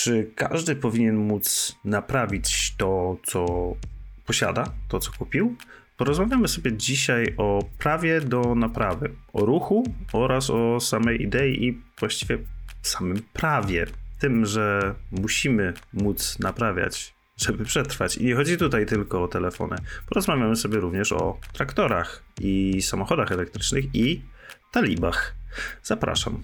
Czy każdy powinien móc naprawić to, co posiada, to, co kupił? Porozmawiamy sobie dzisiaj o prawie do naprawy, o ruchu oraz o samej idei i właściwie samym prawie. Tym, że musimy móc naprawiać, żeby przetrwać. I nie chodzi tutaj tylko o telefony. Porozmawiamy sobie również o traktorach i samochodach elektrycznych i talibach. Zapraszam.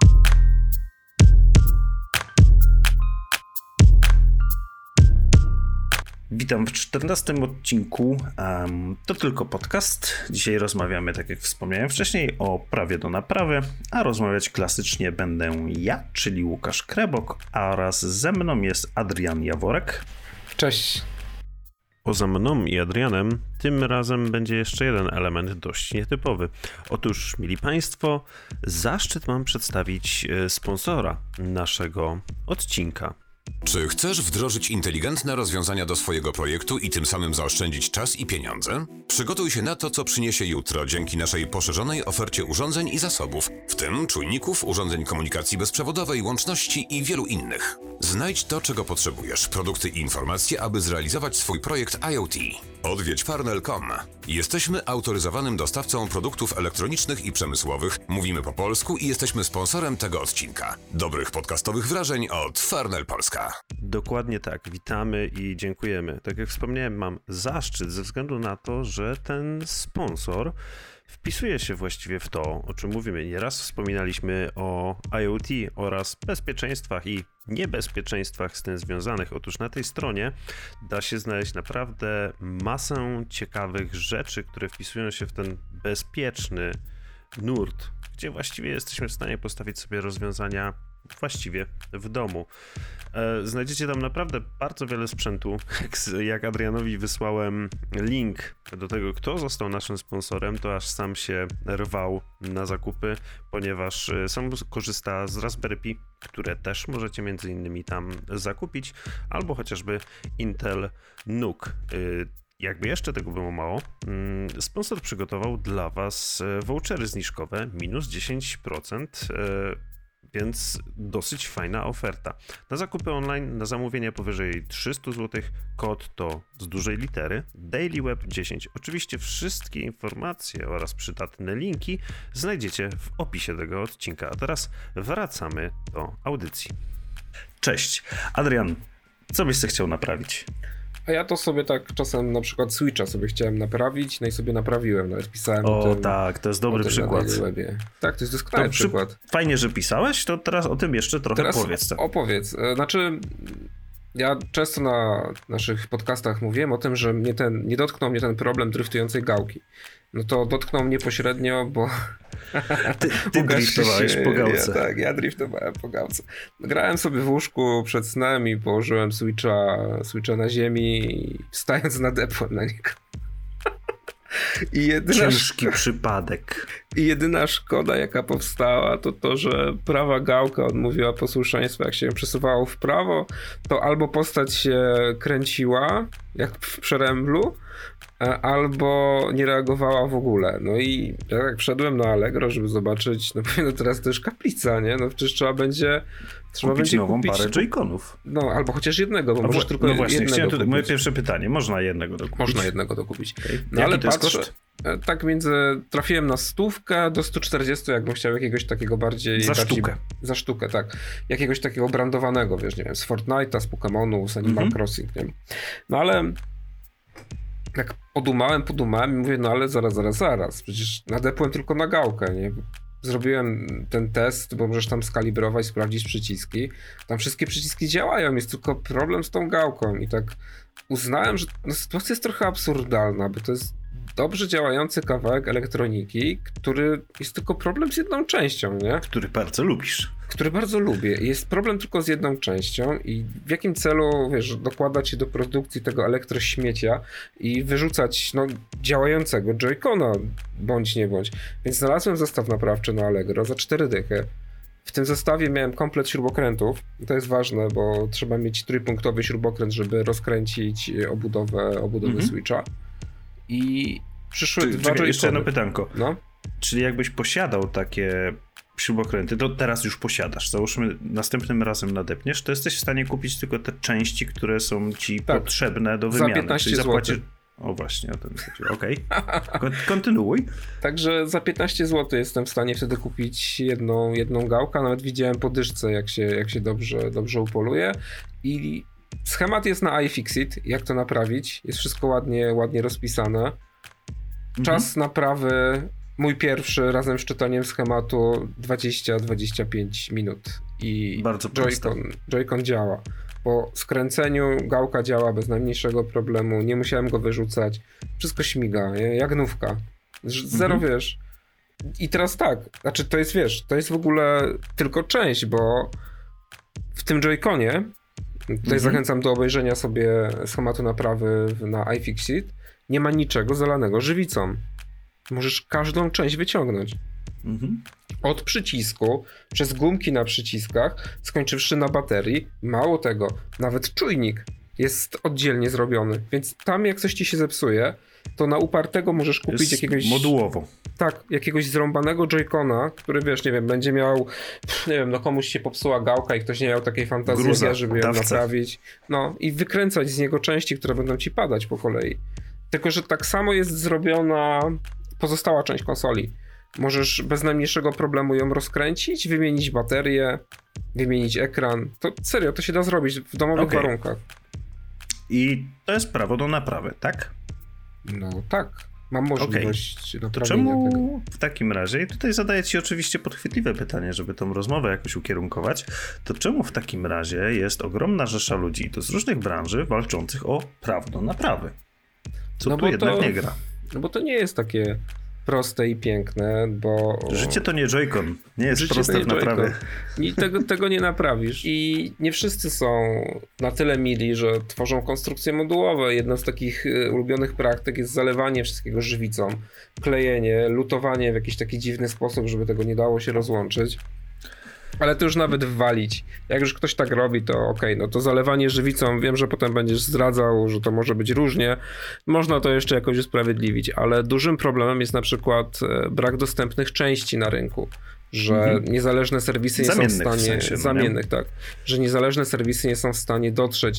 Witam w 14 odcinku. To tylko podcast. Dzisiaj rozmawiamy, tak jak wspomniałem wcześniej, o prawie do naprawy, a rozmawiać klasycznie będę ja, czyli Łukasz Krebok, oraz ze mną jest Adrian Jaworek. Cześć. Poza mną i Adrianem tym razem będzie jeszcze jeden element dość nietypowy. Otóż, mili Państwo, zaszczyt mam przedstawić sponsora naszego odcinka. Czy chcesz wdrożyć inteligentne rozwiązania do swojego projektu i tym samym zaoszczędzić czas i pieniądze? Przygotuj się na to, co przyniesie jutro dzięki naszej poszerzonej ofercie urządzeń i zasobów, w tym czujników, urządzeń komunikacji bezprzewodowej, łączności i wielu innych. Znajdź to, czego potrzebujesz, produkty i informacje, aby zrealizować swój projekt IoT. Odwiedź Farnell.com. Jesteśmy autoryzowanym dostawcą produktów elektronicznych i przemysłowych, mówimy po polsku i jesteśmy sponsorem tego odcinka. Dobrych podcastowych wrażeń od Farnell Polska. Dokładnie tak, witamy i dziękujemy. Tak jak wspomniałem, mam zaszczyt ze względu na to, że ten sponsor wpisuje się właściwie w to, o czym mówimy. Nieraz wspominaliśmy o IoT oraz bezpieczeństwach i niebezpieczeństwach z tym związanych. Otóż na tej stronie da się znaleźć naprawdę masę ciekawych rzeczy, które wpisują się w ten bezpieczny nurt, gdzie właściwie jesteśmy w stanie postawić sobie rozwiązania właściwie w domu. Znajdziecie tam naprawdę bardzo wiele sprzętu. Jak Adrianowi wysłałem link do tego, kto został naszym sponsorem, to aż sam się rwał na zakupy, ponieważ sam korzysta z Raspberry Pi, które też możecie między innymi tam zakupić, albo chociażby Intel NUC. Jakby jeszcze tego było mało, sponsor przygotował dla Was vouchery zniżkowe minus 10%, więc dosyć fajna oferta. Na zakupy online, na zamówienia powyżej 300 zł, kod to z dużej litery DailyWeb10. Oczywiście wszystkie informacje oraz przydatne linki znajdziecie w opisie tego odcinka. A teraz wracamy do audycji. Cześć. Adrian, co byś chciał naprawić? A ja to sobie tak czasem na przykład Switcha sobie chciałem naprawić, no i sobie naprawiłem, nawet pisałem o tym. Tak, to jest dobry przykład. Tak, to jest doskonały przykład. Fajnie, że pisałeś, to teraz o tym jeszcze trochę powiedz. Opowiedz. Znaczy, ja często na naszych podcastach mówiłem o tym, że nie dotknął mnie ten problem dryftującej gałki. No to dotknął mnie pośrednio, bo... Ty driftowałeś po gałce. Ja driftowałem po gałce. Grałem sobie w łóżku przed snem i położyłem Switcha na ziemi i wstając nadepłem na niego. Ciężki przypadek. I jedyna szkoda, jaka powstała, to to, że prawa gałka odmówiła posłuszeństwa. Jak się przesuwało w prawo, to albo postać się kręciła, jak w przeręblu, albo nie reagowała w ogóle. No i jak wszedłem na Allegro, żeby zobaczyć, no teraz też kaplica, nie? No przecież trzeba będzie nową parę Joy-Conów. No, albo chociaż jednego, bo możesz tylko jednego. Moje pierwsze pytanie, można jednego dokupić? Można jednego dokupić. Okay. No ale patrzę, tak trafiłem na 100 do 140, jakbym chciał jakiegoś takiego bardziej... sztukę. Za sztukę, tak. Jakiegoś takiego brandowanego, wiesz, nie wiem, z Fortnite'a, z Pokémonów, z Animal Crossing, nie wiem. No ale... Jak podumałem i mówię, no ale zaraz, przecież nadepłem tylko na gałkę, nie? Zrobiłem ten test, bo możesz tam skalibrować, sprawdzić przyciski. Tam wszystkie przyciski działają, jest tylko problem z tą gałką i tak uznałem, że sytuacja jest trochę absurdalna, bo to jest dobrze działający kawałek elektroniki, który jest tylko problem z jedną częścią, nie? Który bardzo lubisz. Który bardzo lubię. Jest problem tylko z jedną częścią i w jakim celu, wiesz, dokładać się do produkcji tego elektrośmiecia i wyrzucać działającego Joy-Cona, bądź nie bądź. Więc znalazłem zestaw naprawczy na Allegro za 4 dychy. W tym zestawie miałem komplet śrubokrętów. To jest ważne, bo trzeba mieć trójpunktowy śrubokręt, żeby rozkręcić obudowę Switcha. I przyszły dwa Joy-Cony. Jeszcze jedno pytanko. No? Czyli jakbyś posiadał takie śrubokręty, to teraz już posiadasz. Załóżmy, następnym razem nadepniesz, to jesteś w stanie kupić tylko te części, które są ci potrzebne do wymiany. Za 15 zł. O właśnie, o tym chodziło. Okej. Kontynuuj. Także za 15 zł jestem w stanie wtedy kupić jedną gałkę. Nawet widziałem po dyszce, jak się dobrze upoluje. I schemat jest na iFixit, jak to naprawić. Jest wszystko ładnie rozpisane. Czas naprawy, mój pierwszy, razem z czytaniem schematu, 20-25 minut. I bardzo Joy-Con działa. Po skręceniu gałka działa bez najmniejszego problemu, nie musiałem go wyrzucać. Wszystko śmiga, jak nówka. Zero, wiesz. I teraz tak, znaczy to jest, wiesz, to jest w ogóle tylko część, bo w tym Joy-Conie, tutaj zachęcam do obejrzenia sobie schematu naprawy na iFixit, nie ma niczego zalanego żywicą. Możesz każdą część wyciągnąć. Od przycisku, przez gumki na przyciskach, skończywszy na baterii. Mało tego, nawet czujnik jest oddzielnie zrobiony, więc tam jak coś ci się zepsuje, to na upartego możesz kupić jakiegoś... modułowo. Tak, jakiegoś zrąbanego Joy-Cona, który, wiesz, nie wiem, będzie miał, nie wiem, no komuś się popsuła gałka i ktoś nie miał takiej fantazji, żeby ją naprawić. No i wykręcać z niego części, które będą ci padać po kolei. Tylko że tak samo jest zrobiona pozostała część konsoli. Możesz bez najmniejszego problemu ją rozkręcić, wymienić baterię, wymienić ekran. To serio, to się da zrobić w domowych warunkach. I to jest prawo do naprawy, tak? No tak, mam możliwość naprawienia czemu tego. W takim razie, i tutaj zadaję ci oczywiście podchwytliwe pytanie, żeby tą rozmowę jakoś ukierunkować, to czemu w takim razie jest ogromna rzesza ludzi, to z różnych branży, walczących o prawo do naprawy? Co tu jednak nie gra? No bo to nie jest takie proste i piękne, bo... Życie to nie Joy-Con, nie jest proste w naprawie. I tego nie naprawisz. I nie wszyscy są na tyle mili, że tworzą konstrukcje modułowe. Jedna z takich ulubionych praktyk jest zalewanie wszystkiego żywicą, klejenie, lutowanie w jakiś taki dziwny sposób, żeby tego nie dało się rozłączyć. Ale to już nawet wwalić. Jak już ktoś tak robi, to okej, no to zalewanie żywicą, wiem, że potem będziesz zdradzał, że to może być różnie. Można to jeszcze jakoś usprawiedliwić, ale dużym problemem jest na przykład brak dostępnych części na rynku. Że niezależne serwisy nie są w stanie... Zamiennych, tak. Że niezależne serwisy nie są w stanie dotrzeć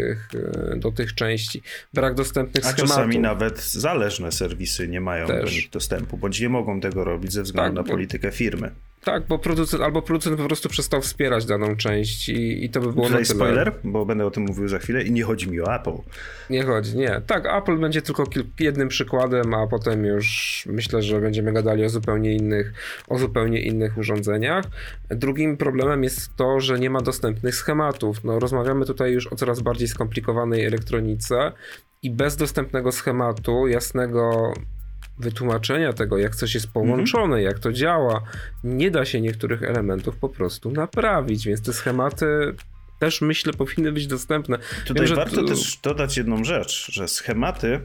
do tych części. Brak dostępnych schematów. A czasami nawet zależne serwisy nie mają do nich dostępu, bądź nie mogą tego robić ze względu na politykę firmy. Tak, bo producent po prostu przestał wspierać daną część i to by było na tyle. Spoiler, bo będę o tym mówił za chwilę i nie chodzi mi o Apple. Nie. Tak, Apple będzie tylko jednym przykładem, a potem już myślę, że będziemy gadali o zupełnie innych urządzeniach. Drugim problemem jest to, że nie ma dostępnych schematów. No, rozmawiamy tutaj już o coraz bardziej skomplikowanej elektronice i bez dostępnego schematu, jasnego wytłumaczenia tego, jak coś jest połączone, jak to działa, nie da się niektórych elementów po prostu naprawić, więc te schematy też, myślę, powinny być dostępne. Tutaj warto też dodać jedną rzecz, że schematy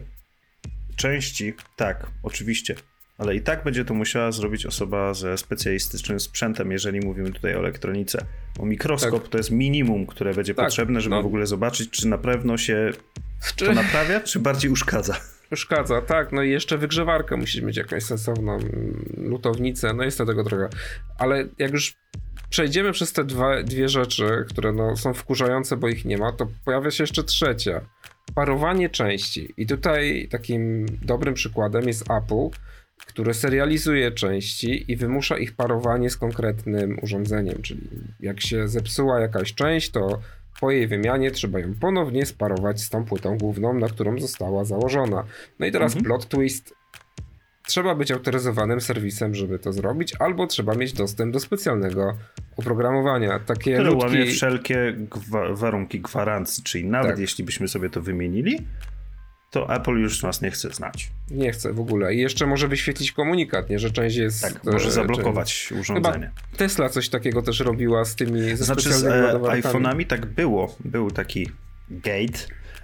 części, tak, oczywiście, ale i tak będzie to musiała zrobić osoba ze specjalistycznym sprzętem, jeżeli mówimy tutaj o elektronice. Bo mikroskop to jest minimum, które będzie potrzebne, żeby w ogóle zobaczyć, czy na pewno się to naprawia, czy bardziej uszkadza. Uszkadza, tak. No i jeszcze wygrzewarkę musisz mieć jakąś sensowną, lutownicę, no jest to tego trochę. Ale jak już przejdziemy przez te dwie rzeczy, które są wkurzające, bo ich nie ma, to pojawia się jeszcze trzecia. Parowanie części. I tutaj takim dobrym przykładem jest Apple, które serializuje części i wymusza ich parowanie z konkretnym urządzeniem. Czyli jak się zepsuła jakaś część, to po jej wymianie trzeba ją ponownie sparować z tą płytą główną, na którą została założona. No i teraz plot twist. Trzeba być autoryzowanym serwisem, żeby to zrobić, albo trzeba mieć dostęp do specjalnego oprogramowania. Takie które łamie wszelkie warunki gwarancji, czyli nawet jeśli byśmy sobie to wymienili, to Apple już nas nie chce znać. Nie chce w ogóle. I jeszcze może wyświetlić komunikat, nie, że część jest... Tak, może zablokować urządzenie. Chyba Tesla coś takiego też robiła z tymi... z iPhone'ami tak było. Był taki gate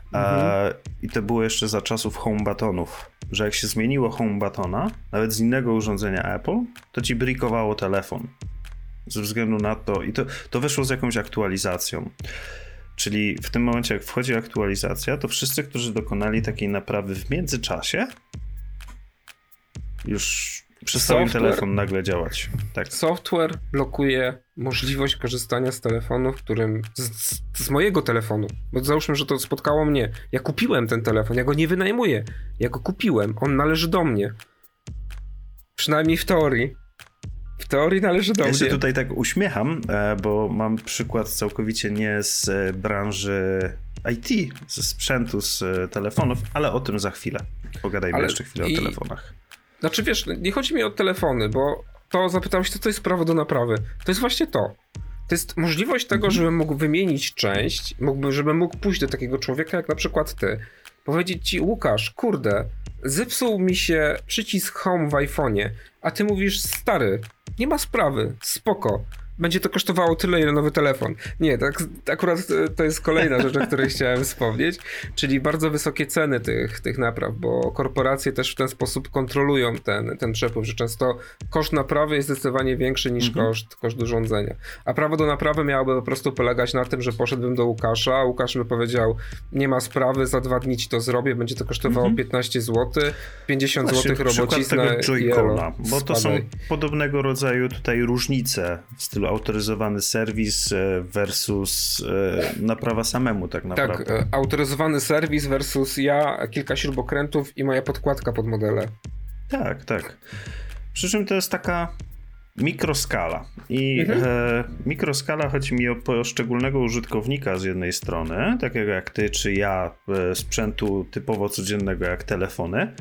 i to było jeszcze za czasów home buttonów, że jak się zmieniło home buttona, nawet z innego urządzenia Apple, to ci brikowało telefon. Ze względu na to... I to weszło z jakąś aktualizacją. Czyli w tym momencie, jak wchodzi aktualizacja, to wszyscy, którzy dokonali takiej naprawy w międzyczasie, już przestał telefon nagle działać. Tak. Software blokuje możliwość korzystania z telefonu, w którym z mojego telefonu, bo załóżmy, że to spotkało mnie. Ja kupiłem ten telefon, ja go nie wynajmuję. Ja go kupiłem, on należy do mnie. Przynajmniej w teorii. W teorii należy do mnie. Ja się tutaj tak uśmiecham, bo mam przykład całkowicie nie z branży IT, ze sprzętu, z telefonów, ale o tym za chwilę. Pogadajmy jeszcze chwilę o telefonach. Znaczy wiesz, nie chodzi mi o telefony, bo to zapytałem się, co to jest prawo do naprawy. To jest właśnie to. To jest możliwość tego, żebym mógł wymienić część, żebym mógł pójść do takiego człowieka jak na przykład ty. Powiedzieć ci, Łukasz, kurde, zepsuł mi się przycisk home w iPhone'ie, a ty mówisz, stary, nie ma sprawy, spoko. Będzie to kosztowało tyle, ile nowy telefon. Nie, tak akurat to jest kolejna rzecz, o której chciałem wspomnieć, czyli bardzo wysokie ceny tych napraw, bo korporacje też w ten sposób kontrolują ten przepływ, że często koszt naprawy jest zdecydowanie większy niż koszt urządzenia. A prawo do naprawy miałoby po prostu polegać na tym, że poszedłbym do Łukasza, a Łukasz by powiedział, nie ma sprawy, za 2 dni ci to zrobię, będzie to kosztowało 15 zł, 50 zł robocizna i bo to są podobnego rodzaju tutaj różnice w stylu autoryzowany serwis versus naprawa samemu tak naprawdę. Tak, autoryzowany serwis versus ja, kilka śrubokrętów i moja podkładka pod modele. Tak, tak. Przy czym to jest taka mikroskala. I mikroskala chodzi mi o poszczególnego użytkownika z jednej strony, takiego jak ty czy ja, sprzętu typowo codziennego jak telefony,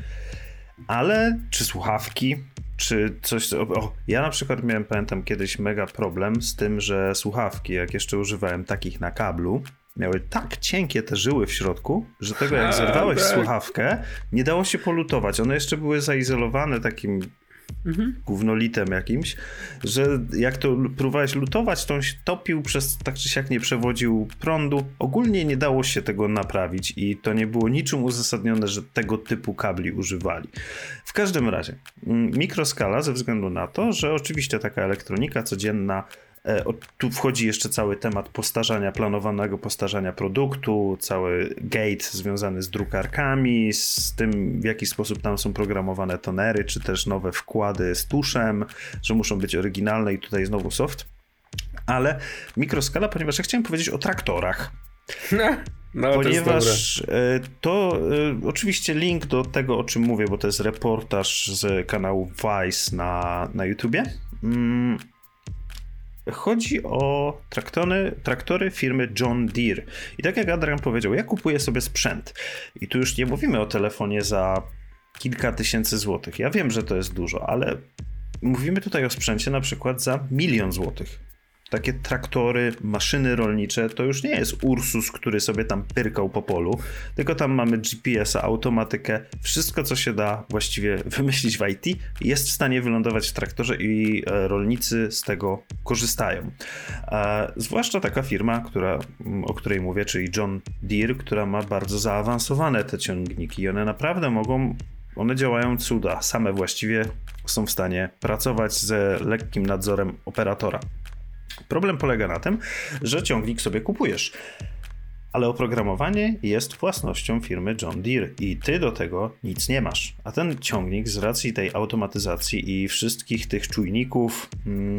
ale czy słuchawki, czy coś... ja na przykład pamiętam kiedyś mega problem z tym, że słuchawki, jak jeszcze używałem takich na kablu, miały tak cienkie te żyły w środku, że tego jak zerwałeś słuchawkę, nie dało się polutować. One jeszcze były zaizolowane takim gównolitem jakimś, że jak to próbowałeś lutować, to on się topił, przez tak czy siak nie przewodził prądu. Ogólnie nie dało się tego naprawić i to nie było niczym uzasadnione, że tego typu kabli używali. W każdym razie, mikroskala ze względu na to, że oczywiście taka elektronika codzienna, tu wchodzi jeszcze cały temat planowanego postarzania produktu, cały gate związany z drukarkami, z tym w jaki sposób tam są programowane tonery, czy też nowe wkłady z tuszem, że muszą być oryginalne i tutaj znowu soft. Ale mikroskala, ponieważ ja chciałem powiedzieć o traktorach. No, ponieważ to oczywiście link do tego, o czym mówię, bo to jest reportaż z kanału Vice na YouTubie. Chodzi o traktory firmy John Deere. I tak jak Adrian powiedział, ja kupuję sobie sprzęt. I tu już nie mówimy o telefonie za kilka tysięcy złotych. Ja wiem, że to jest dużo, ale mówimy tutaj o sprzęcie na przykład za 1 000 000 złotych. Takie traktory, maszyny rolnicze, to już nie jest Ursus, który sobie tam pyrkał po polu, tylko tam mamy GPS-a, automatykę, wszystko co się da właściwie wymyślić w IT jest w stanie wylądować w traktorze i rolnicy z tego korzystają. Zwłaszcza taka firma, o której mówię, czyli John Deere, która ma bardzo zaawansowane te ciągniki i one naprawdę one działają cuda, same właściwie są w stanie pracować z lekkim nadzorem operatora. Problem polega na tym, że ciągnik sobie kupujesz, ale oprogramowanie jest własnością firmy John Deere i ty do tego nic nie masz. A ten ciągnik z racji tej automatyzacji i wszystkich tych czujników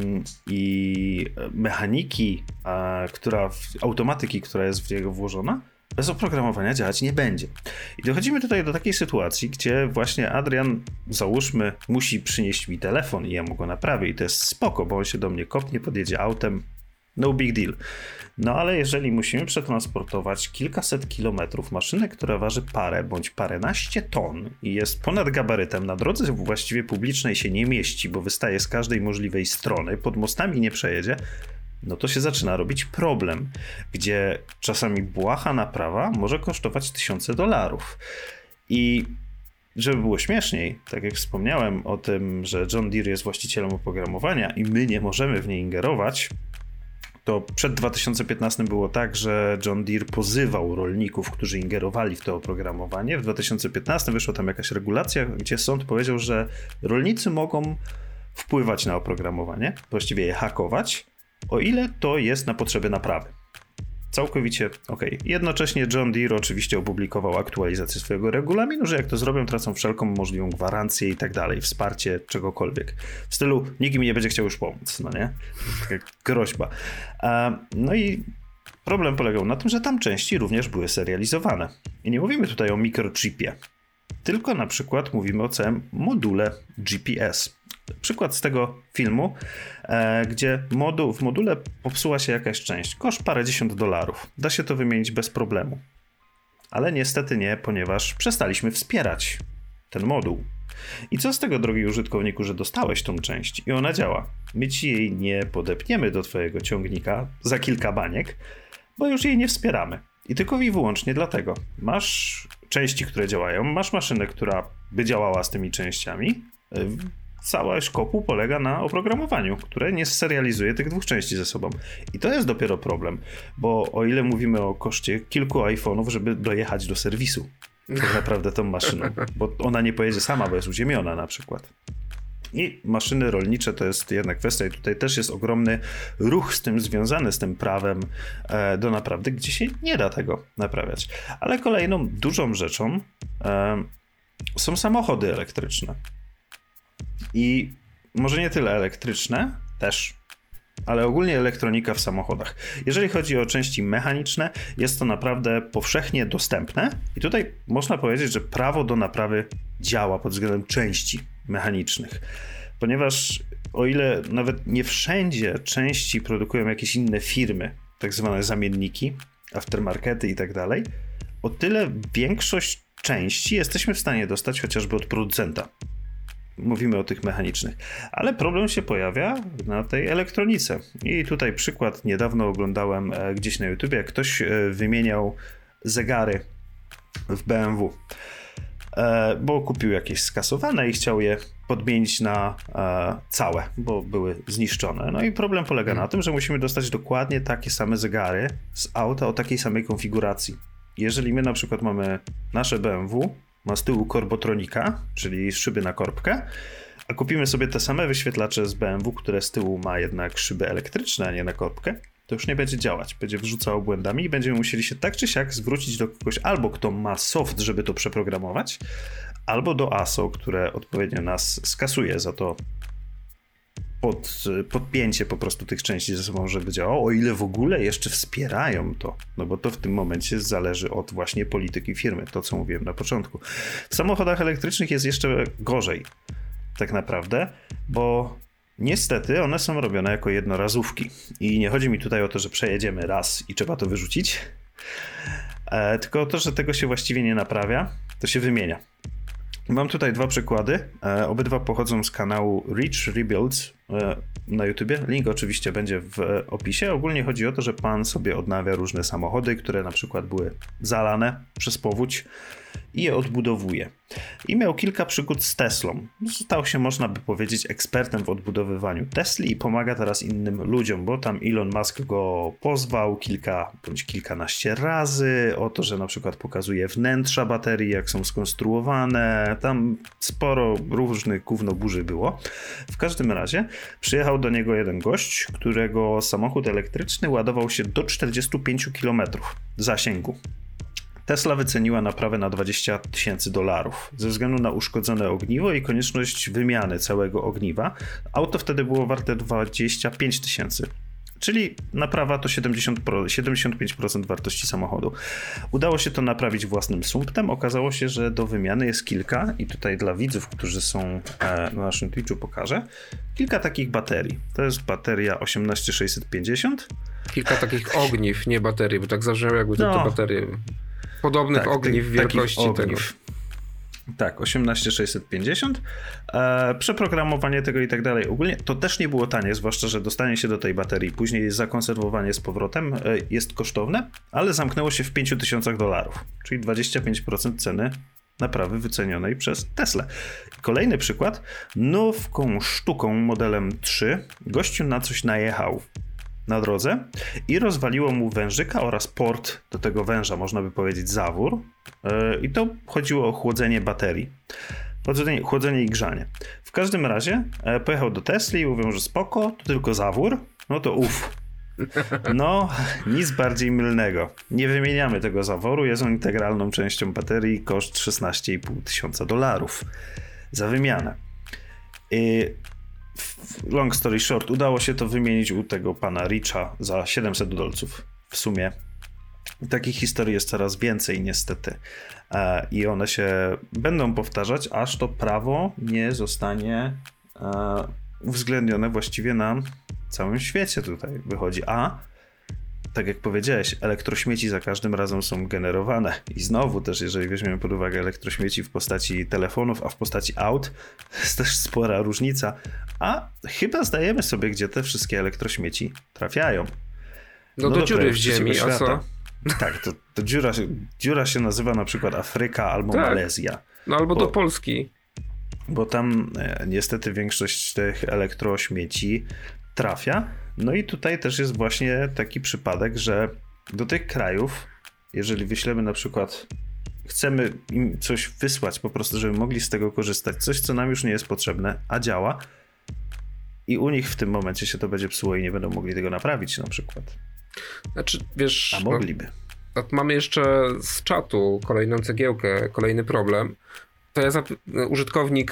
i mechaniki, automatyki, która jest w niego włożona, bez oprogramowania działać nie będzie. I dochodzimy tutaj do takiej sytuacji, gdzie właśnie Adrian, załóżmy, musi przynieść mi telefon i ja mu go naprawię i to jest spoko, bo on się do mnie kopnie, podjedzie autem, no big deal. No ale jeżeli musimy przetransportować kilkaset kilometrów maszynę, która waży parę bądź paręnaście ton i jest ponad gabarytem, na drodze właściwie publicznej się nie mieści, bo wystaje z każdej możliwej strony, pod mostami nie przejedzie, no to się zaczyna robić problem, gdzie czasami błaha naprawa może kosztować $1000. I żeby było śmieszniej, tak jak wspomniałem o tym, że John Deere jest właścicielem oprogramowania i my nie możemy w nie ingerować, to przed 2015 było tak, że John Deere pozywał rolników, którzy ingerowali w to oprogramowanie. W 2015 wyszła tam jakaś regulacja, gdzie sąd powiedział, że rolnicy mogą wpływać na oprogramowanie, właściwie je hakować, o ile to jest na potrzeby naprawy. całkowicie okej. Jednocześnie John Deere oczywiście opublikował aktualizację swojego regulaminu, że jak to zrobią, tracą wszelką możliwą gwarancję i tak dalej, wsparcie czegokolwiek. W stylu, nikt mi nie będzie chciał już pomóc, no nie? Taka groźba. No i problem polegał na tym, że tam części również były serializowane. I nie mówimy tutaj o mikrochipie, tylko na przykład mówimy o całym module GPS. Przykład z tego filmu, gdzie w module popsuła się jakaś część. Koszt parędziesiąt dolarów. Da się to wymienić bez problemu. Ale niestety nie, ponieważ przestaliśmy wspierać ten moduł. I co z tego, drogi użytkowniku, że dostałeś tą część i ona działa? My ci jej nie podepniemy do twojego ciągnika za kilka baniek, bo już jej nie wspieramy. I tylko i wyłącznie dlatego. Masz części, które działają, masz maszynę, która by działała z tymi częściami. Cała szkopu polega na oprogramowaniu, które nie serializuje tych dwóch części ze sobą. I to jest dopiero problem, bo o ile mówimy o koszcie kilku iPhone'ów, żeby dojechać do serwisu tak naprawdę tą maszyną, bo ona nie pojedzie sama, bo jest uziemiona na przykład. I maszyny rolnicze to jest jedna kwestia i tutaj też jest ogromny ruch z tym związany, z tym prawem do naprawy, gdzie się nie da tego naprawiać. Ale kolejną dużą rzeczą są samochody elektryczne. I może nie tyle elektryczne, też, ale ogólnie elektronika w samochodach. Jeżeli chodzi o części mechaniczne, jest to naprawdę powszechnie dostępne i tutaj można powiedzieć, że prawo do naprawy działa pod względem części mechanicznych, ponieważ o ile nawet nie wszędzie części produkują jakieś inne firmy, tak zwane zamienniki, aftermarkety i tak dalej, o tyle większość części jesteśmy w stanie dostać chociażby od producenta. Mówimy o tych mechanicznych. Ale problem się pojawia na tej elektronice. I tutaj przykład niedawno oglądałem gdzieś na YouTubie, jak ktoś wymieniał zegary w BMW, bo kupił jakieś skasowane i chciał je podmienić na całe, bo były zniszczone. No i problem polega na tym, że musimy dostać dokładnie takie same zegary z auta o takiej samej konfiguracji. Jeżeli my na przykład mamy nasze BMW, ma z tyłu korbotronika, czyli szyby na korbkę, a kupimy sobie te same wyświetlacze z BMW, które z tyłu ma jednak szyby elektryczne, a nie na korbkę, to już nie będzie działać. Będzie wrzucało błędami i będziemy musieli się tak czy siak zwrócić do kogoś albo kto ma soft, żeby to przeprogramować, albo do ASO, które odpowiednio nas skasuje za to podpięcie po prostu tych części ze sobą, żeby działało, o ile w ogóle jeszcze wspierają to, no bo to w tym momencie zależy od właśnie polityki firmy, to co mówiłem na początku. W samochodach elektrycznych jest jeszcze gorzej tak naprawdę, bo niestety one są robione jako jednorazówki i nie chodzi mi tutaj o to, że przejedziemy raz i trzeba to wyrzucić, tylko o to, że tego się właściwie nie naprawia, to się wymienia. Mam tutaj dwa przykłady, obydwa pochodzą z kanału Rich Rebuilds na YouTubie, link oczywiście będzie w opisie. Ogólnie chodzi o to, że pan sobie odnawia różne samochody, które na przykład były zalane przez powódź i je odbudowuje. I miał kilka przygód z Teslą. Stał się, można by powiedzieć, ekspertem w odbudowywaniu Tesli i pomaga teraz innym ludziom, bo tam Elon Musk go pozwał kilka bądź kilkanaście razy o to, że na przykład pokazuje wnętrza baterii, jak są skonstruowane. Tam sporo różnych gównoburzy było. W każdym razie przyjechał do niego jeden gość, którego samochód elektryczny ładował się do 45 km zasięgu. Tesla wyceniła naprawę na $20,000 ze względu na uszkodzone ogniwo i konieczność wymiany całego ogniwa. Auto wtedy było warte 25,000, czyli naprawa to 75% wartości samochodu. Udało się to naprawić własnym sumptem. Okazało się, że do wymiany jest kilka i tutaj dla widzów, którzy są na naszym Twitchu pokażę, kilka takich baterii. To jest bateria 18650. Kilka takich ogniw, nie baterii, bo tak zabrzmiało jakby to baterie. Podobnych ogniw wielkości ogniw. Tak, 18650. Przeprogramowanie tego i tak dalej. Ogólnie to też nie było tanie, zwłaszcza, że dostanie się do tej baterii, później zakonserwowanie z powrotem jest kosztowne, ale zamknęło się w $5,000, czyli 25% ceny naprawy wycenionej przez Teslę. Kolejny przykład. Nową sztuką modelem 3 gościu na coś najechał na drodze i rozwaliło mu wężyka oraz port do tego węża, można by powiedzieć zawór. I to chodziło o chłodzenie baterii. Chłodzenie i grzanie. W każdym razie pojechał do Tesli i mówią, że spoko, to tylko zawór. No to No, nic bardziej mylnego. Nie wymieniamy tego zaworu, jest on integralną częścią baterii, koszt $16,500 za wymianę. Long story short, udało się to wymienić u tego pana Richa za $700 w sumie. Takich historii jest coraz więcej niestety i one się będą powtarzać, aż to prawo nie zostanie uwzględnione właściwie na całym świecie tutaj wychodzi. A tak jak powiedziałeś, elektrośmieci za każdym razem są generowane i znowu też, jeżeli weźmiemy pod uwagę elektrośmieci w postaci telefonów, a w postaci aut, jest też spora różnica, a chyba zdajemy sobie, gdzie te wszystkie elektrośmieci trafiają. No do dziury w ziemi, a co? Tak, to dziura się nazywa na przykład Afryka albo tak. Malezja. No albo do Polski. Bo tam niestety większość tych elektrośmieci trafia. No i tutaj też jest właśnie taki przypadek, że do tych krajów, jeżeli wyślemy na przykład, chcemy im coś wysłać po prostu, żeby mogli z tego korzystać, coś co nam już nie jest potrzebne, a działa i u nich w tym momencie się to będzie psuło i nie będą mogli tego naprawić na przykład. Znaczy, wiesz... A mogliby. No, mamy jeszcze z czatu kolejną cegiełkę, kolejny problem. To ja użytkownik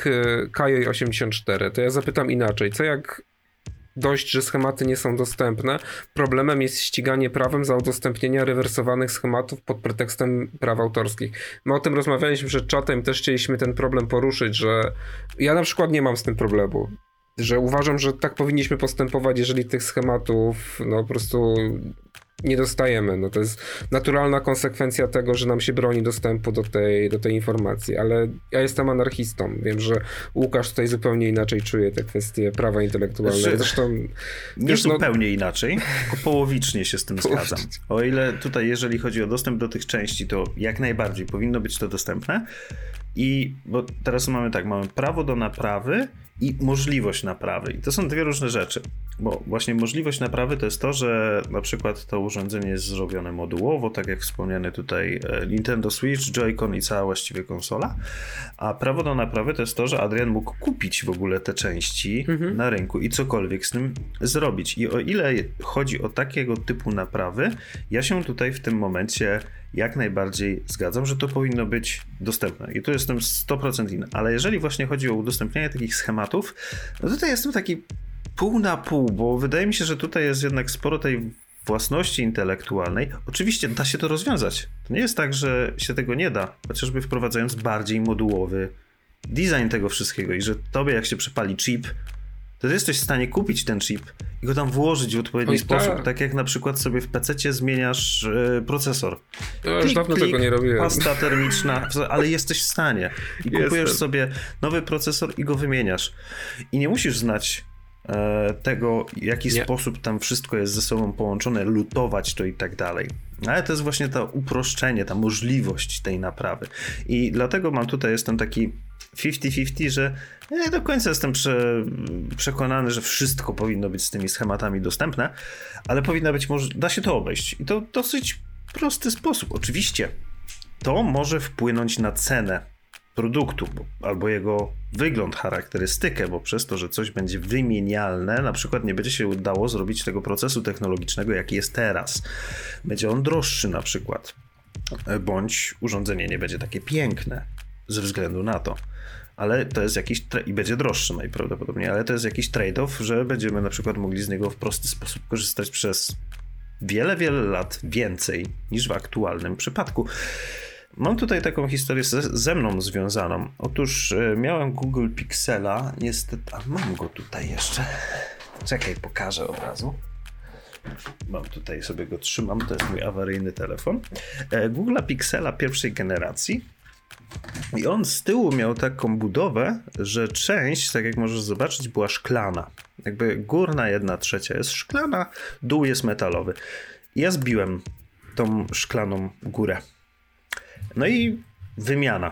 Kajoj84, to ja zapytam inaczej. Co jak dość, że schematy nie są dostępne? Problemem jest ściganie prawem za udostępnienie rewersowanych schematów pod pretekstem praw autorskich. My o tym rozmawialiśmy przed czatem, też chcieliśmy ten problem poruszyć, że ja na przykład nie mam z tym problemu. Że uważam, że tak powinniśmy postępować, jeżeli tych schematów no po prostu nie dostajemy. No to jest naturalna konsekwencja tego, że nam się broni dostępu do tej informacji, ale ja jestem anarchistą. Wiem, że Łukasz tutaj zupełnie inaczej czuje te kwestie prawa intelektualnego. Zresztą nie zupełnie inaczej, tylko połowicznie się z tym zgadzam. O ile tutaj, jeżeli chodzi o dostęp do tych części, to jak najbardziej powinno być to dostępne. Bo teraz mamy prawo do naprawy i możliwość naprawy. I to są dwie różne rzeczy. Bo właśnie możliwość naprawy to jest to, że na przykład to urządzenie jest zrobione modułowo, tak jak wspomniany tutaj Nintendo Switch, Joy-Con i cała właściwie konsola. A prawo do naprawy to jest to, że Adrian mógł kupić w ogóle te części na rynku i cokolwiek z tym zrobić. I o ile chodzi o takiego typu naprawy, ja się tutaj w tym momencie jak najbardziej zgadzam, że to powinno być dostępne. I tu jestem 100% inny. Ale jeżeli właśnie chodzi o udostępnianie takich schematów, no tutaj jestem taki pół na pół, bo wydaje mi się, że tutaj jest jednak sporo tej własności intelektualnej. Oczywiście da się to rozwiązać. To nie jest tak, że się tego nie da, chociażby wprowadzając bardziej modułowy design tego wszystkiego i że tobie jak się przepali chip, to ty jesteś w stanie kupić ten chip i go tam włożyć w odpowiedni sposób, tak jak na przykład sobie w PC-cie zmieniasz procesor. Ja już dawno tego nie robiłem. Pasta termiczna, ale jesteś w stanie. I kupujesz sobie nowy procesor i go wymieniasz. I nie musisz znać tego, w jaki sposób tam wszystko jest ze sobą połączone, lutować to i tak dalej. Ale to jest właśnie to uproszczenie, ta możliwość tej naprawy. I dlatego jestem taki 50-50, że nie do końca jestem przekonany, że wszystko powinno być z tymi schematami dostępne, ale da się to obejść. I to w dosyć prosty sposób. Oczywiście to może wpłynąć na cenę produktu albo jego wygląd, charakterystykę, bo przez to, że coś będzie wymienialne, na przykład nie będzie się udało zrobić tego procesu technologicznego, jaki jest teraz. Będzie on droższy na przykład, bądź urządzenie nie będzie takie piękne ze względu na to. Ale to jest jakiś i będzie droższy najprawdopodobniej, ale to jest jakiś trade-off, że będziemy na przykład mogli z niego w prosty sposób korzystać przez wiele, wiele lat więcej niż w aktualnym przypadku. Mam tutaj taką historię ze mną związaną. Otóż miałem Google Pixela, niestety, a mam go tutaj jeszcze. Czekaj, pokażę od razu. Mam tutaj, sobie go trzymam, to jest mój awaryjny telefon. Google Pixela pierwszej generacji. I on z tyłu miał taką budowę, że część, tak jak możesz zobaczyć, była szklana. Jakby górna 1/3 jest szklana, dół jest metalowy. I ja zbiłem tą szklaną górę. No i wymiana.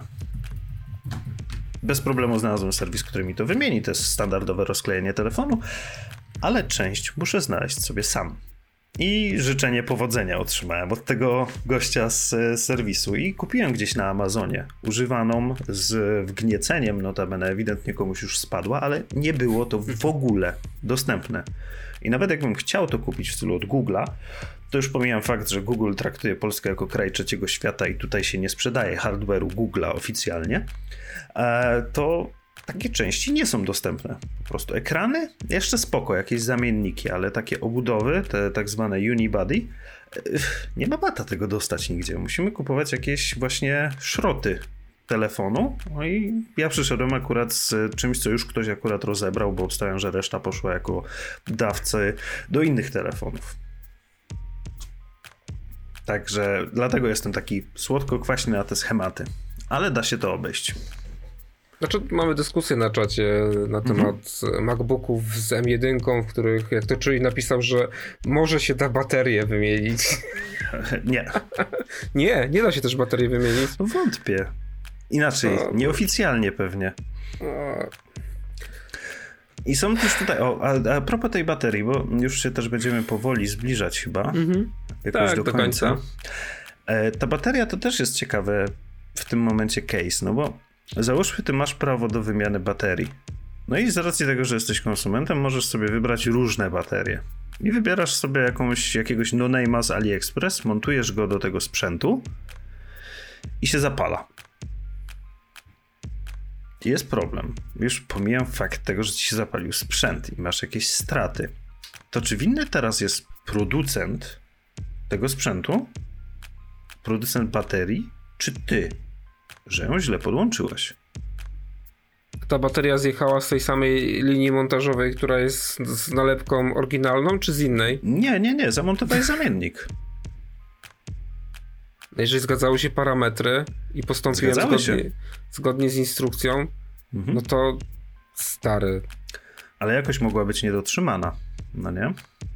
Bez problemu znalazłem serwis, który mi to wymieni. To jest standardowe rozklejenie telefonu, ale część muszę znaleźć sobie sam. I życzenie powodzenia otrzymałem od tego gościa z serwisu i kupiłem gdzieś na Amazonie używaną z wgnieceniem, notabene ewidentnie komuś już spadła, ale nie było to w ogóle dostępne. I nawet jakbym chciał to kupić w stylu od Google'a, to już pomijam fakt, że Google traktuje Polskę jako kraj trzeciego świata i tutaj się nie sprzedaje hardware'u Google'a oficjalnie, to takie części nie są dostępne. Po prostu ekrany, jeszcze spoko, jakieś zamienniki, ale takie obudowy, te tak zwane unibody, nie ma bata tego dostać nigdzie. Musimy kupować jakieś właśnie szroty telefonu. No i ja przyszedłem akurat z czymś, co już ktoś akurat rozebrał, bo obstawiam, że reszta poszła jako dawcy do innych telefonów. Także dlatego jestem taki słodko-kwaśny na te schematy. Ale da się to obejść. Znaczy, mamy dyskusję na czacie na temat MacBooków z M1, w których, jak to Czuli napisał, że może się da baterię wymienić. Nie. Nie da się też baterii wymienić. Wątpię. Inaczej, nieoficjalnie pewnie. I są też tutaj, a propos tej baterii, bo już się też będziemy powoli zbliżać chyba jakoś tak, do końca. Ta bateria to też jest ciekawe w tym momencie case, no bo załóżmy, ty masz prawo do wymiany baterii. No i z racji tego, że jesteś konsumentem, możesz sobie wybrać różne baterie. I wybierasz sobie jakiegoś no-name'a z AliExpress, montujesz go do tego sprzętu i się zapala. Jest problem. Już pomijam fakt tego, że ci się zapalił sprzęt i masz jakieś straty. To czy winny teraz jest producent tego sprzętu? Producent baterii? Czy ty? Że ją źle podłączyłeś. Ta bateria zjechała z tej samej linii montażowej, która jest z nalepką oryginalną, czy z innej? Nie. Zamontowałeś zamiennik. Jeżeli zgadzały się parametry i postąpiłem zgodnie z instrukcją, no to stary. Ale jakoś mogła być niedotrzymana, no nie?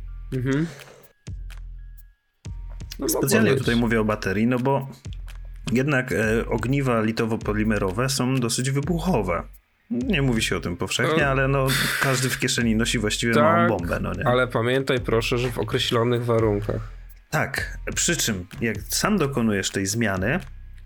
No specjalnie tutaj mówię o baterii, no bo jednak ogniwa litowo-polimerowe są dosyć wybuchowe. Nie mówi się o tym powszechnie, ale no każdy w kieszeni nosi właściwie małą bombę, no nie? Ale pamiętaj proszę, że w określonych warunkach. Tak, przy czym jak sam dokonujesz tej zmiany,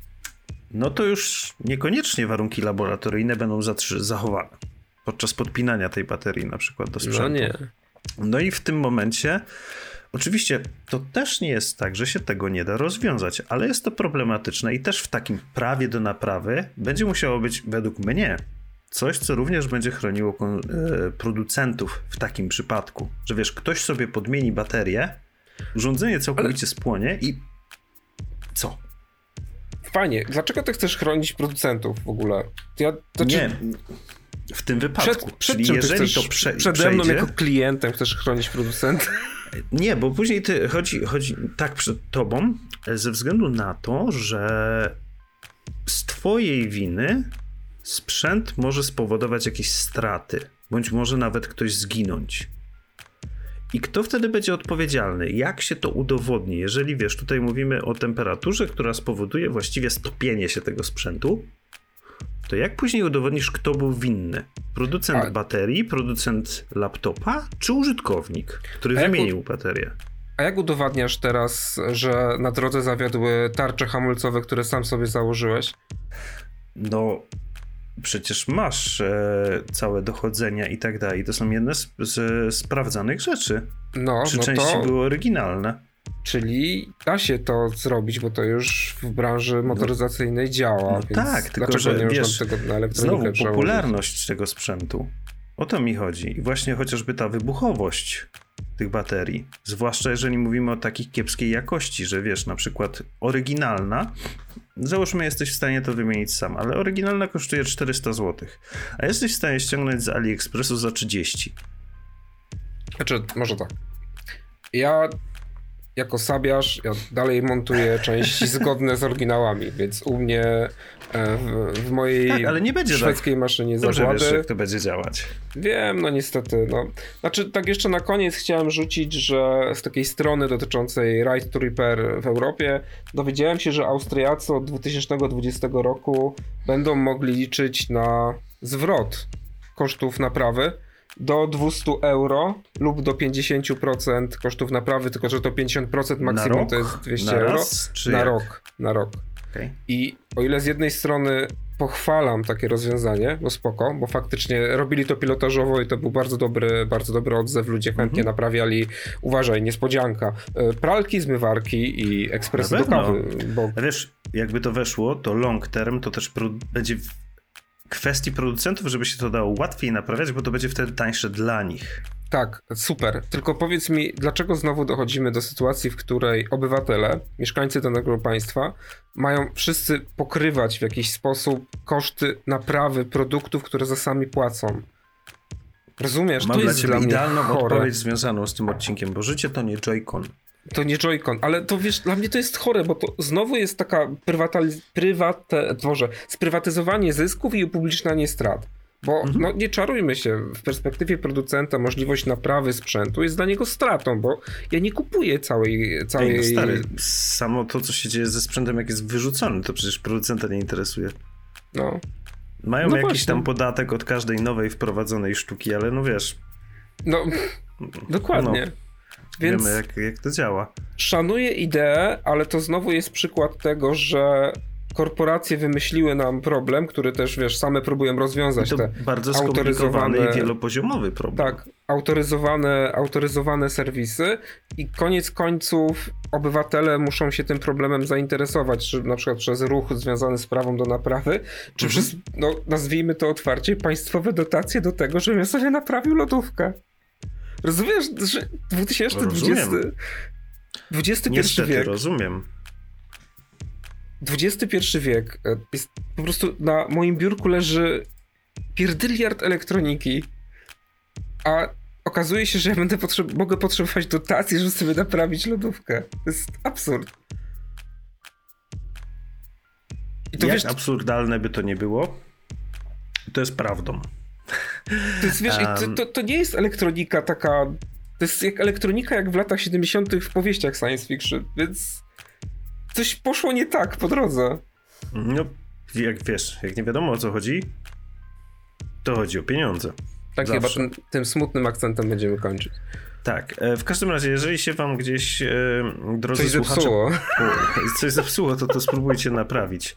no to już niekoniecznie warunki laboratoryjne będą zachowane podczas podpinania tej baterii na przykład do sprzętu. No nie. No i w tym momencie oczywiście to też nie jest tak, że się tego nie da rozwiązać, ale jest to problematyczne i też w takim prawie do naprawy będzie musiało być według mnie coś, co również będzie chroniło producentów w takim przypadku, że wiesz, ktoś sobie podmieni baterię, urządzenie całkowicie spłonie i co? Fajnie, dlaczego ty chcesz chronić producentów w ogóle? Nie, w tym wypadku. Przed czyli czym jeżeli ty to przede mną jako klientem chcesz chronić producenta? Nie, bo później chodzi tak przed tobą ze względu na to, że z twojej winy sprzęt może spowodować jakieś straty, bądź może nawet ktoś zginąć. I kto wtedy będzie odpowiedzialny? Jak się to udowodni? Jeżeli wiesz, tutaj mówimy o temperaturze, która spowoduje właściwie stopienie się tego sprzętu, to jak później udowodnisz, kto był winny? Producent baterii, producent laptopa, czy użytkownik, który wymienił baterię? A jak udowadniasz teraz, że na drodze zawiodły tarcze hamulcowe, które sam sobie założyłeś? No, przecież masz całe dochodzenia i tak dalej. To są jedne z sprawdzanych rzeczy. Czy części były oryginalne? Czyli da się to zrobić, bo to już w branży motoryzacyjnej działa. No więc tak, tylko że nie wiesz, tego na elektronikę znowu popularność tego sprzętu. O to mi chodzi. I właśnie chociażby ta wybuchowość tych baterii. Zwłaszcza jeżeli mówimy o takich kiepskiej jakości, że wiesz, na przykład oryginalna, załóżmy jesteś w stanie to wymienić sam, ale oryginalna kosztuje 400 zł, a jesteś w stanie ściągnąć z AliExpressu za 30. Znaczy, może tak. Ja jako sabiarz, dalej montuję części zgodne z oryginałami, więc u mnie w mojej ale nie będzie szwedzkiej maszynie zagłady... wiesz, jak to będzie działać. Wiem, no niestety. Znaczy, tak jeszcze na koniec chciałem rzucić, że z takiej strony dotyczącej Right to Repair w Europie dowiedziałem się, że Austriacy od 2020 roku będą mogli liczyć na zwrot kosztów naprawy, do 200 euro lub do 50% kosztów naprawy, tylko że to 50% maksimum to jest 200 euro. Na rok. Okay. I o ile z jednej strony pochwalam takie rozwiązanie, bo spoko, bo faktycznie robili to pilotażowo i to był bardzo dobry odzew, ludzie chętnie naprawiali, uważaj, niespodzianka, pralki, zmywarki i ekspresy do kawy. Bo... Wiesz, jakby to weszło, to long term to też będzie w kwestii producentów, żeby się to dało łatwiej naprawiać, bo to będzie wtedy tańsze dla nich. Tak, super. Tylko powiedz mi, dlaczego znowu dochodzimy do sytuacji, w której obywatele, mieszkańcy danego państwa mają wszyscy pokrywać w jakiś sposób koszty naprawy produktów, które za sami płacą? Rozumiesz? Mam to jest dla mnie idealną chore. odpowiedź związaną z tym odcinkiem, bo życie to nie Joy-Con. To nie Joy-Con, ale to wiesz, dla mnie to jest chore, bo to znowu jest taka sprywatyzowanie zysków i upublicznianie strat. Bo no, nie czarujmy się, w perspektywie producenta możliwość naprawy sprzętu jest dla niego stratą, bo ja nie kupuję całej... Ej, stary, samo to, co się dzieje ze sprzętem, jak jest wyrzucony, to przecież producenta nie interesuje. No. Mają No jakiś właśnie. tam podatek od każdej nowej wprowadzonej sztuki, ale no wiesz... No, dokładnie. No, więc wiemy, jak to działa. szanuję ideę, ale to znowu jest przykład tego, że korporacje wymyśliły nam problem, który też, wiesz, same próbują rozwiązać. I to te bardzo skomplikowany i wielopoziomowy problem. Tak, autoryzowane serwisy i koniec końców obywatele muszą się tym problemem zainteresować, czy na przykład przez ruch związany z prawem do naprawy, czy przez, no nazwijmy to otwarcie, państwowe dotacje do tego, żebym ja sobie naprawił lodówkę. Rozumiesz, że 21 Niestety, wiek... rozumiem. XXI wiek jest po prostu na moim biurku leży pierdyliard elektroniki, a okazuje się, że ja mogę potrzebować dotacji, żeby sobie naprawić lodówkę. To jest absurd. I to Jak wiesz, absurdalne by to nie było, to jest prawdą. to jest, wiesz, to nie jest elektronika taka... To jest jak elektronika jak w latach 70. w powieściach science fiction, więc coś poszło nie tak po drodze. No, jak wiesz, jak nie wiadomo o co chodzi, to chodzi o pieniądze. Tak, zawsze. chyba tym smutnym akcentem będziemy kończyć. Tak, w każdym razie, jeżeli się wam gdzieś, drodzy Coś słuchacze... zepsuło. Coś zepsuło, to spróbujcie naprawić.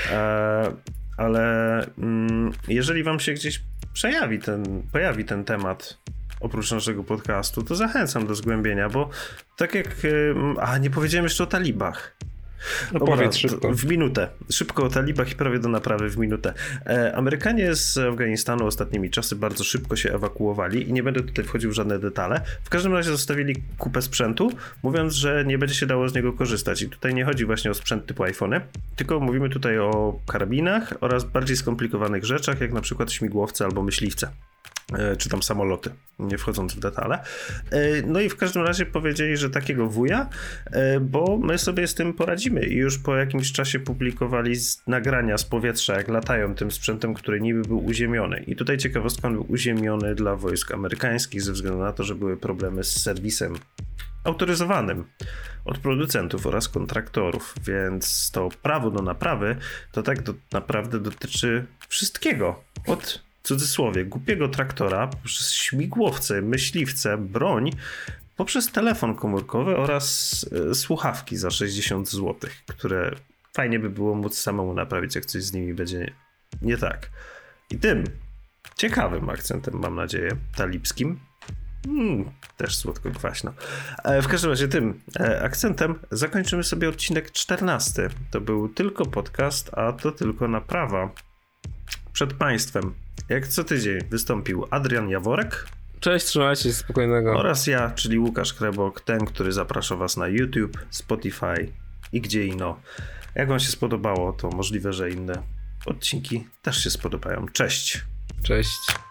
Ale jeżeli wam się gdzieś pojawi ten temat oprócz naszego podcastu, to zachęcam do zgłębienia, bo tak jak... nie powiedziałem jeszcze o talibach. No powiedz szybko. W minutę. Szybko o talibach i prawie do naprawy w minutę. Amerykanie z Afganistanu ostatnimi czasy bardzo szybko się ewakuowali i nie będę tutaj wchodził w żadne detale. W każdym razie zostawili kupę sprzętu, mówiąc, że nie będzie się dało z niego korzystać. I tutaj nie chodzi właśnie o sprzęt typu iPhony, tylko mówimy tutaj o karabinach oraz bardziej skomplikowanych rzeczach, jak na przykład śmigłowce albo myśliwce. Czy tam samoloty, nie wchodząc w detale. No i w każdym razie powiedzieli, że takiego wuja, bo my sobie z tym poradzimy i już po jakimś czasie publikowali nagrania z powietrza, jak latają tym sprzętem, który niby był uziemiony. I tutaj ciekawostka, on był uziemiony dla wojsk amerykańskich ze względu na to, że były problemy z serwisem autoryzowanym od producentów oraz kontraktorów, więc to prawo do naprawy to tak naprawdę dotyczy wszystkiego, od w cudzysłowie głupiego traktora, poprzez śmigłowce, myśliwce, broń, poprzez telefon komórkowy oraz słuchawki za 60 zł, które fajnie by było móc samemu naprawić, jak coś z nimi będzie nie tak. I tym ciekawym akcentem, mam nadzieję, talibskim, też słodko-kwaśno. W każdym razie tym akcentem zakończymy sobie odcinek 14. To był tylko podcast, a to tylko naprawa. Przed państwem, jak co tydzień, wystąpił Adrian Jaworek. Cześć, trzymajcie się, spokojnego. Oraz ja, czyli Łukasz Krebok, ten, który zaprasza was na YouTube, Spotify i gdzie ino. Jak wam się spodobało, to możliwe, że inne odcinki też się spodobają. Cześć! Cześć.